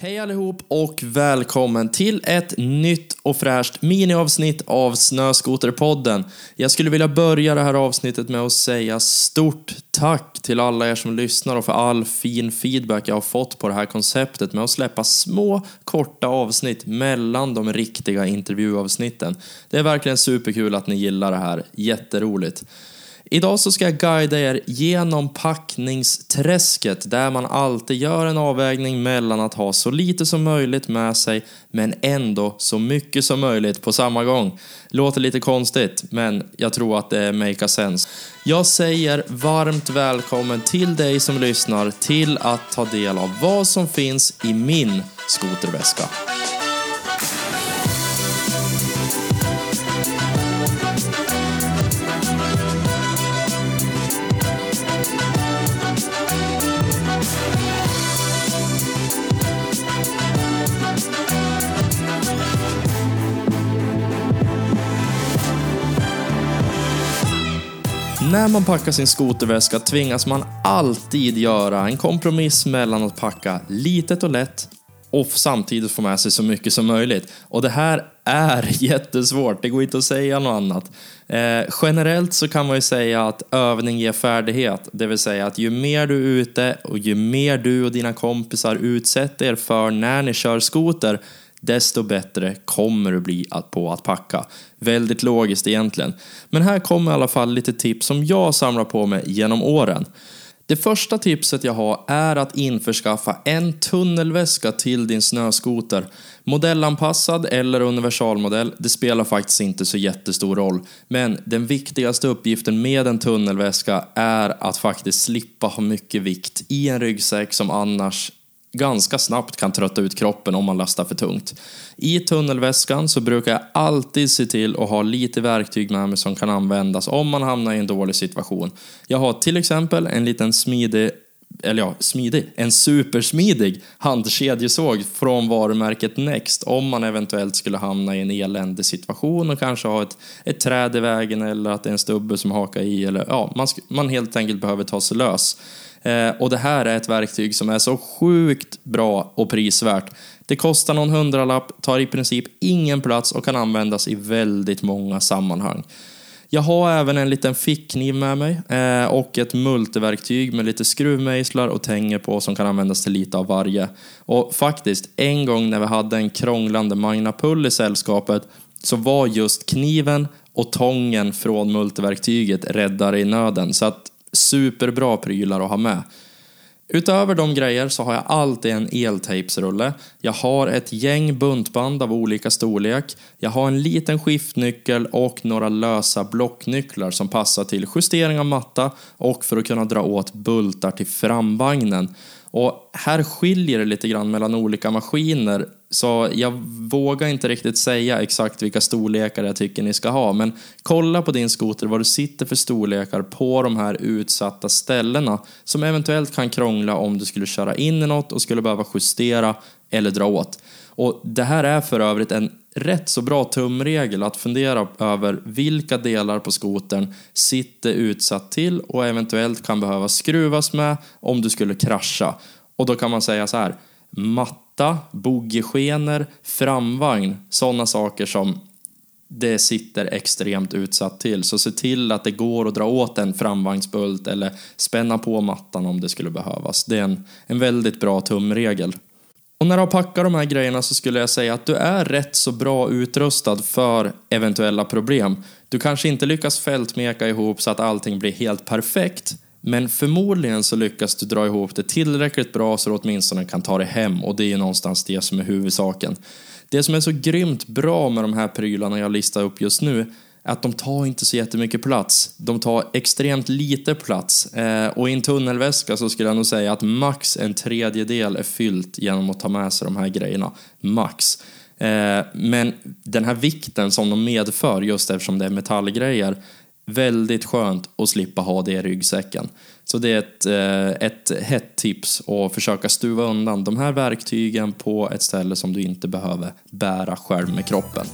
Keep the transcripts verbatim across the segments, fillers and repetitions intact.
Hej allihop och välkommen till ett nytt och fräscht miniavsnitt av Snöskoterpodden. Jag skulle vilja börja det här avsnittet med att säga stort tack till alla er som lyssnar och för all fin feedback jag har fått på det här konceptet med att släppa små, korta avsnitt mellan de riktiga intervjuavsnitten. Det är verkligen superkul att ni gillar det här, jätteroligt. Idag så ska jag guida er genom packningsträsket där man alltid gör en avvägning mellan att ha så lite som möjligt med sig men ändå så mycket som möjligt på samma gång. Låter lite konstigt men jag tror att det make sense. Jag säger varmt välkommen till dig som lyssnar till att ta del av vad som finns i min skoterväska. När man packar sin skoterväska tvingas man alltid göra en kompromiss mellan att packa litet och lätt och samtidigt få med sig så mycket som möjligt. Och det här är jättesvårt, det går inte att säga något annat. Eh, generellt så kan man ju säga att övning ger färdighet. Det vill säga att ju mer du är ute och ju mer du och dina kompisar utsätter er för när ni kör skoter, desto bättre kommer du bli på att packa. Väldigt logiskt egentligen. Men här kommer i alla fall lite tips som jag samlar på mig genom åren. Det första tipset jag har är att införskaffa en tunnelväska till din snöskoter. Modellanpassad eller universalmodell, det spelar faktiskt inte så jättestor roll. Men den viktigaste uppgiften med en tunnelväska är att faktiskt slippa ha mycket vikt i en ryggsäck som annars ganska snabbt kan trötta ut kroppen om man lastar för tungt. I tunnelväskan så brukar jag alltid se till att ha lite verktyg med mig som kan användas om man hamnar i en dålig situation. Jag har till exempel en liten smidig, eller ja, smidig, en supersmidig handkedjesåg från varumärket Next om man eventuellt skulle hamna i en eländig situation och kanske ha ett, ett träd i vägen eller att det är en stubbe som hakar i eller ja, man, man helt enkelt behöver ta sig lös. Eh, och det här är ett verktyg som är så sjukt bra och prisvärt. Det kostar någon hundralapp, tar i princip ingen plats och kan användas i väldigt många sammanhang. Jag har även en liten fickkniv med mig eh, och ett multiverktyg med lite skruvmejslar och tänger på som kan användas till lite av varje. Och faktiskt, en gång när vi hade en krånglande Magnapull i sällskapet så var just kniven och tången från multiverktyget räddare i nöden. Så att superbra prylar att ha med. Utöver de grejer så har jag alltid en eltejpsrulle. Jag har ett gäng buntband av olika storlek. Jag har en liten skiftnyckel och några lösa blocknycklar som passar till justering av matta och för att kunna dra åt bultar till framvagnen. Och här skiljer det lite grann mellan olika maskiner. Så jag vågar inte riktigt säga exakt vilka storlekar jag tycker ni ska ha. Men kolla på din skoter vad du sitter för storlekar på de här utsatta ställena. Som eventuellt kan krångla om du skulle köra in i något och skulle behöva justera eller dra åt. Och det här är för övrigt en rätt så bra tumregel att fundera över vilka delar på skotern sitter utsatt till och eventuellt kan behöva skruvas med om du skulle krascha. Och då kan man säga så här: matta, boggiskenor, framvagn, sådana saker som det sitter extremt utsatt till. Så se till att det går att dra åt en framvagnsbult eller spänna på mattan om det skulle behövas. Det är en, en väldigt bra tumregel. Och när du har packat de här grejerna så skulle jag säga att du är rätt så bra utrustad för eventuella problem. Du kanske inte lyckas fältmeka ihop så att allting blir helt perfekt. Men förmodligen så lyckas du dra ihop det tillräckligt bra så du åtminstone kan ta det hem. Och det är ju någonstans det som är huvudsaken. Det som är så grymt bra med de här prylarna jag listar upp just nu är att de tar inte så jättemycket plats. De tar extremt lite plats. Eh, och i en tunnelväska så skulle jag nog säga att max en tredjedel är fyllt genom att ta med sig de här grejerna. Max. Eh, men den här vikten som de medför just eftersom det är metallgrejer, väldigt skönt att slippa ha det i ryggsäcken. Så det är ett, eh, ett hett tips att försöka stuva undan de här verktygen på ett ställe som du inte behöver bära själv med kroppen.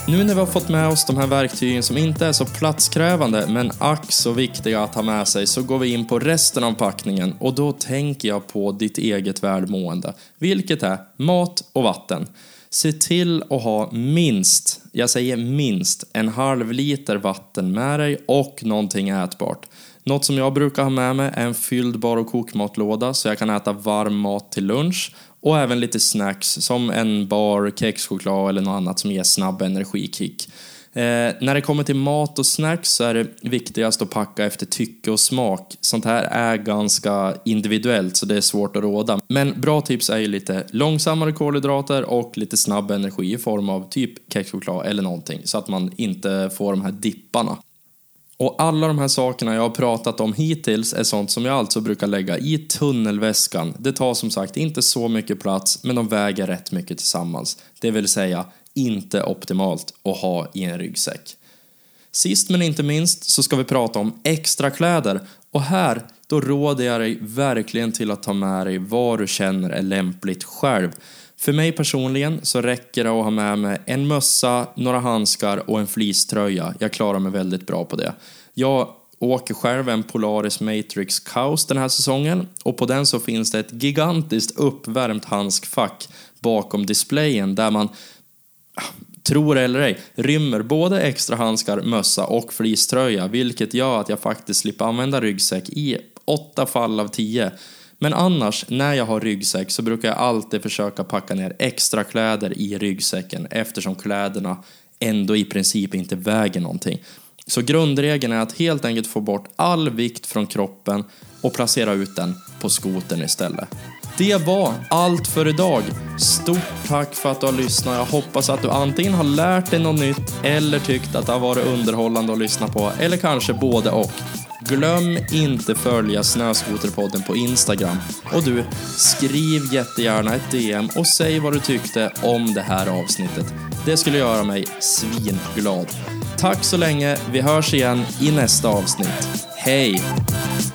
Nu när vi har fått med oss de här verktygen som inte är så platskrävande men ack så viktiga att ha med sig, så går vi in på resten av packningen, och då tänker jag på ditt eget välmående, vilket är mat och vatten. Se till att ha minst, jag säger minst, en halv liter vatten med dig och någonting ätbart. Något som jag brukar ha med mig är en fylld bar- och kokmatlåda så jag kan äta varm mat till lunch. Och även lite snacks som en bar, kexchoklad eller något annat som ger snabb energikick. Eh, när det kommer till mat och snacks så är det viktigast att packa efter tycke och smak. Sånt här är ganska individuellt så det är svårt att råda. Men bra tips är ju lite långsammare kolhydrater och lite snabb energi i form av typ kexchoklad eller någonting. Så att man inte får de här dipparna. Och alla de här sakerna jag har pratat om hittills är sånt som jag alltså brukar lägga i tunnelväskan. Det tar som sagt inte så mycket plats, men de väger rätt mycket tillsammans. Det vill säga inte optimalt att ha i en ryggsäck. Sist men inte minst så ska vi prata om extra kläder. Och här då råder jag dig verkligen till att ta med dig vad du känner är lämpligt själv. För mig personligen så räcker det att ha med mig en mössa, några handskar och en fleecetröja. Jag klarar mig väldigt bra på det. Jag åker själv en Polaris Matrix Kaos den här säsongen. Och på den så finns det ett gigantiskt uppvärmt handskfack bakom displayen där man, tror eller ej, rymmer både extra handskar, mössa och fleecetröja. Vilket gör att jag faktiskt slipper använda ryggsäck i åtta fall av tio. Men annars, när jag har ryggsäck så brukar jag alltid försöka packa ner extra kläder i ryggsäcken eftersom kläderna ändå i princip inte väger någonting. Så grundregeln är att helt enkelt få bort all vikt från kroppen och placera ut den på skotern istället. Det var allt för idag. Stort tack för att du har lyssnat. Jag hoppas att du antingen har lärt dig något nytt eller tyckt att det har varit underhållande att lyssna på, eller kanske både och. Glöm inte följa Snöskoterpodden på Instagram. Och du, skriv jättegärna ett D M och säg vad du tyckte om det här avsnittet. Det skulle göra mig svinglad. Tack så länge, vi hörs igen i nästa avsnitt. Hej!